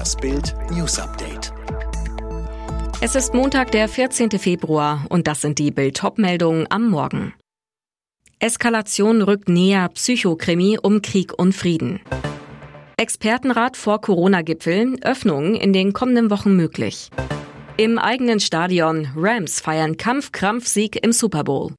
Das Bild News Update. Es ist Montag, der 14. Februar und das sind die Bild-Top-Meldungen am Morgen. Eskalation rückt näher, Psychokrimi um Krieg und Frieden. Expertenrat vor Corona-Gipfel, Öffnungen in den kommenden Wochen möglich. Im eigenen Stadion, Rams feiern Kampf-Krampf-Sieg im Super Bowl.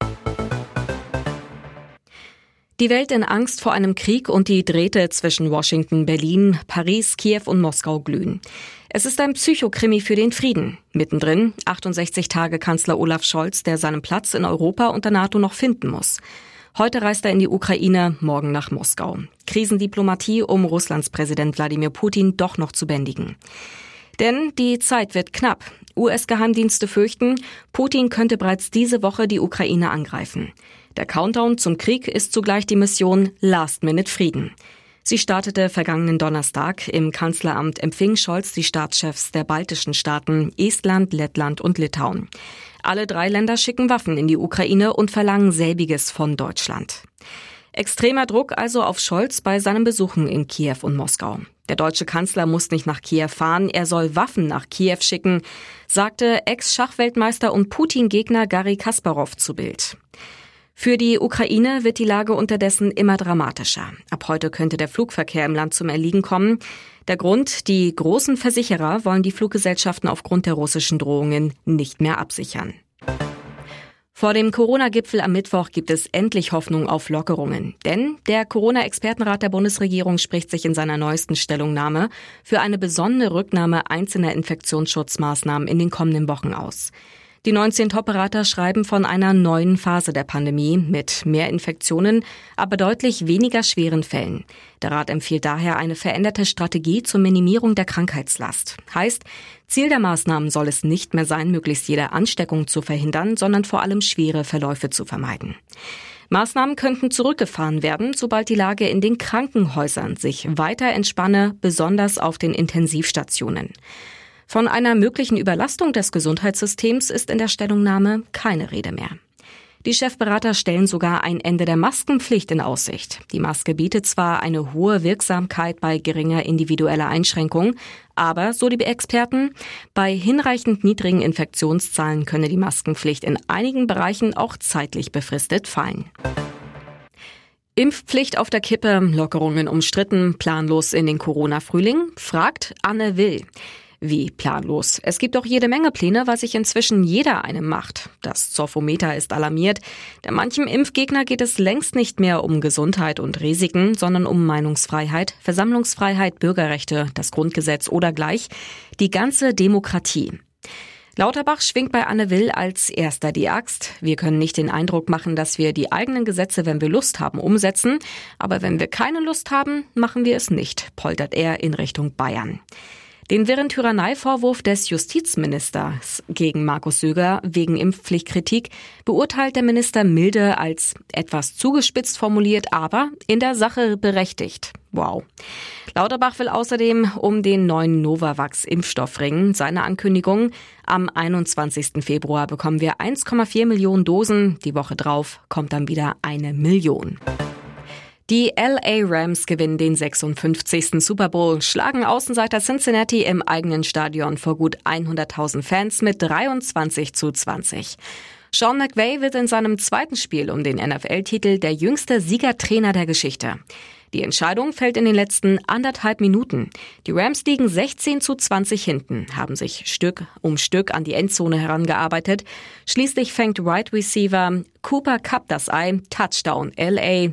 Die Welt in Angst vor einem Krieg und die Drähte zwischen Washington, Berlin, Paris, Kiew und Moskau glühen. Es ist ein Psychokrimi für den Frieden. Mittendrin 68 Tage Kanzler Olaf Scholz, der seinen Platz in Europa und der NATO noch finden muss. Heute reist er in die Ukraine, morgen nach Moskau. Krisendiplomatie, um Russlands Präsident Wladimir Putin doch noch zu bändigen. Denn die Zeit wird knapp. US-Geheimdienste fürchten, Putin könnte bereits diese Woche die Ukraine angreifen. Der Countdown zum Krieg ist zugleich die Mission Last-Minute-Frieden. Sie startete vergangenen Donnerstag. Im Kanzleramt empfing Scholz die Staatschefs der baltischen Staaten Estland, Lettland und Litauen. Alle 3 Länder schicken Waffen in die Ukraine und verlangen selbiges von Deutschland. Extremer Druck also auf Scholz bei seinen Besuchen in Kiew und Moskau. Der deutsche Kanzler muss nicht nach Kiew fahren, er soll Waffen nach Kiew schicken, sagte Ex-Schachweltmeister und Putin-Gegner Garri Kasparow zu Bild. Für die Ukraine wird die Lage unterdessen immer dramatischer. Ab heute könnte der Flugverkehr im Land zum Erliegen kommen. Der Grund, die großen Versicherer wollen die Fluggesellschaften aufgrund der russischen Drohungen nicht mehr absichern. Vor dem Corona-Gipfel am Mittwoch gibt es endlich Hoffnung auf Lockerungen. Denn der Corona-Expertenrat der Bundesregierung spricht sich in seiner neuesten Stellungnahme für eine besondere Rücknahme einzelner Infektionsschutzmaßnahmen in den kommenden Wochen aus. Die 19 Top-Berater schreiben von einer neuen Phase der Pandemie mit mehr Infektionen, aber deutlich weniger schweren Fällen. Der Rat empfiehlt daher eine veränderte Strategie zur Minimierung der Krankheitslast. Heißt, Ziel der Maßnahmen soll es nicht mehr sein, möglichst jede Ansteckung zu verhindern, sondern vor allem schwere Verläufe zu vermeiden. Maßnahmen könnten zurückgefahren werden, sobald die Lage in den Krankenhäusern sich weiter entspanne, besonders auf den Intensivstationen. Von einer möglichen Überlastung des Gesundheitssystems ist in der Stellungnahme keine Rede mehr. Die Chefberater stellen sogar ein Ende der Maskenpflicht in Aussicht. Die Maske bietet zwar eine hohe Wirksamkeit bei geringer individueller Einschränkung, aber, so die Experten, bei hinreichend niedrigen Infektionszahlen könne die Maskenpflicht in einigen Bereichen auch zeitlich befristet fallen. Impfpflicht auf der Kippe, Lockerungen umstritten, planlos in den Corona-Frühling, fragt Anne Will. Wie planlos? Es gibt doch jede Menge Pläne, weil sich inzwischen jeder eine macht. Das Zofometer ist alarmiert, denn manchem Impfgegner geht es längst nicht mehr um Gesundheit und Risiken, sondern um Meinungsfreiheit, Versammlungsfreiheit, Bürgerrechte, das Grundgesetz oder gleich die ganze Demokratie. Lauterbach schwingt bei Anne Will als erster die Axt. Wir können nicht den Eindruck machen, dass wir die eigenen Gesetze, wenn wir Lust haben, umsetzen. Aber wenn wir keine Lust haben, machen wir es nicht, poltert er in Richtung Bayern. Den wirren Tyranneivorwurf des Justizministers gegen Markus Söder wegen Impfpflichtkritik beurteilt der Minister milde als etwas zugespitzt formuliert, aber in der Sache berechtigt. Wow. Lauterbach will außerdem um den neuen Novavax-Impfstoff ringen. Seine Ankündigung: Am 21. Februar bekommen wir 1,4 Millionen Dosen. Die Woche drauf kommt dann wieder 1 Million. Die LA Rams gewinnen den 56. Super Bowl, schlagen Außenseiter Cincinnati im eigenen Stadion vor gut 100.000 Fans mit 23:20. Sean McVay wird in seinem zweiten Spiel um den NFL-Titel der jüngste Siegertrainer der Geschichte. Die Entscheidung fällt in den letzten 1,5 Minuten. Die Rams liegen 16:20 hinten, haben sich Stück um Stück an die Endzone herangearbeitet. Schließlich fängt Wide Receiver Cooper Kupp das Ei, Touchdown LA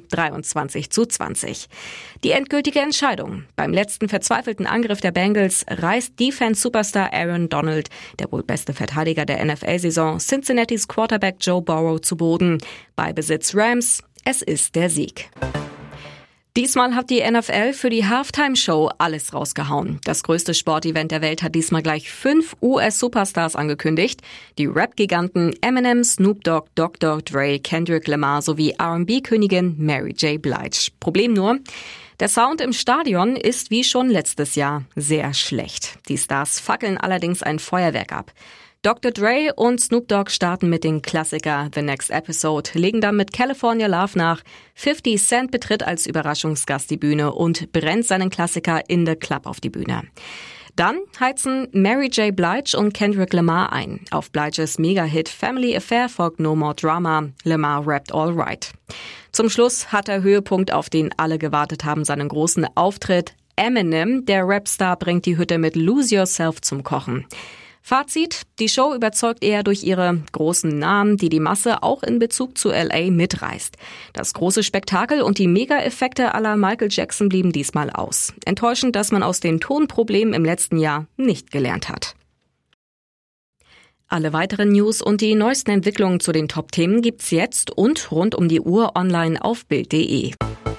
23:20. Die endgültige Entscheidung. Beim letzten verzweifelten Angriff der Bengals reißt Defense-Superstar Aaron Donald, der wohl beste Verteidiger der NFL-Saison, Cincinnatis Quarterback Joe Burrow zu Boden. Bei Besitz Rams, es ist der Sieg. Diesmal hat die NFL für die Halftime-Show alles rausgehauen. Das größte Sportevent der Welt hat diesmal gleich 5 US-Superstars angekündigt. Die Rap-Giganten Eminem, Snoop Dogg, Dr. Dre, Kendrick Lamar sowie R&B-Königin Mary J. Blige. Problem nur: Der Sound im Stadion ist wie schon letztes Jahr sehr schlecht. Die Stars fackeln allerdings ein Feuerwerk ab. Dr. Dre und Snoop Dogg starten mit dem Klassiker The Next Episode, legen dann mit California Love nach. 50 Cent betritt als Überraschungsgast die Bühne und brennt seinen Klassiker In the Club auf die Bühne. Dann heizen Mary J. Blige und Kendrick Lamar ein. Auf Bliges Mega-Hit Family Affair folgt No More Drama. Lamar rappt All Right. Zum Schluss hat der Höhepunkt, auf den alle gewartet haben, seinen großen Auftritt. Eminem, der Rapstar, bringt die Hütte mit Lose Yourself zum Kochen. Fazit: Die Show überzeugt eher durch ihre großen Namen, die die Masse auch in Bezug zu LA mitreißt. Das große Spektakel und die Mega-Effekte à la Michael Jackson blieben diesmal aus. Enttäuschend, dass man aus den Tonproblemen im letzten Jahr nicht gelernt hat. Alle weiteren News und die neuesten Entwicklungen zu den Top-Themen gibt's jetzt und rund um die Uhr online auf Bild.de.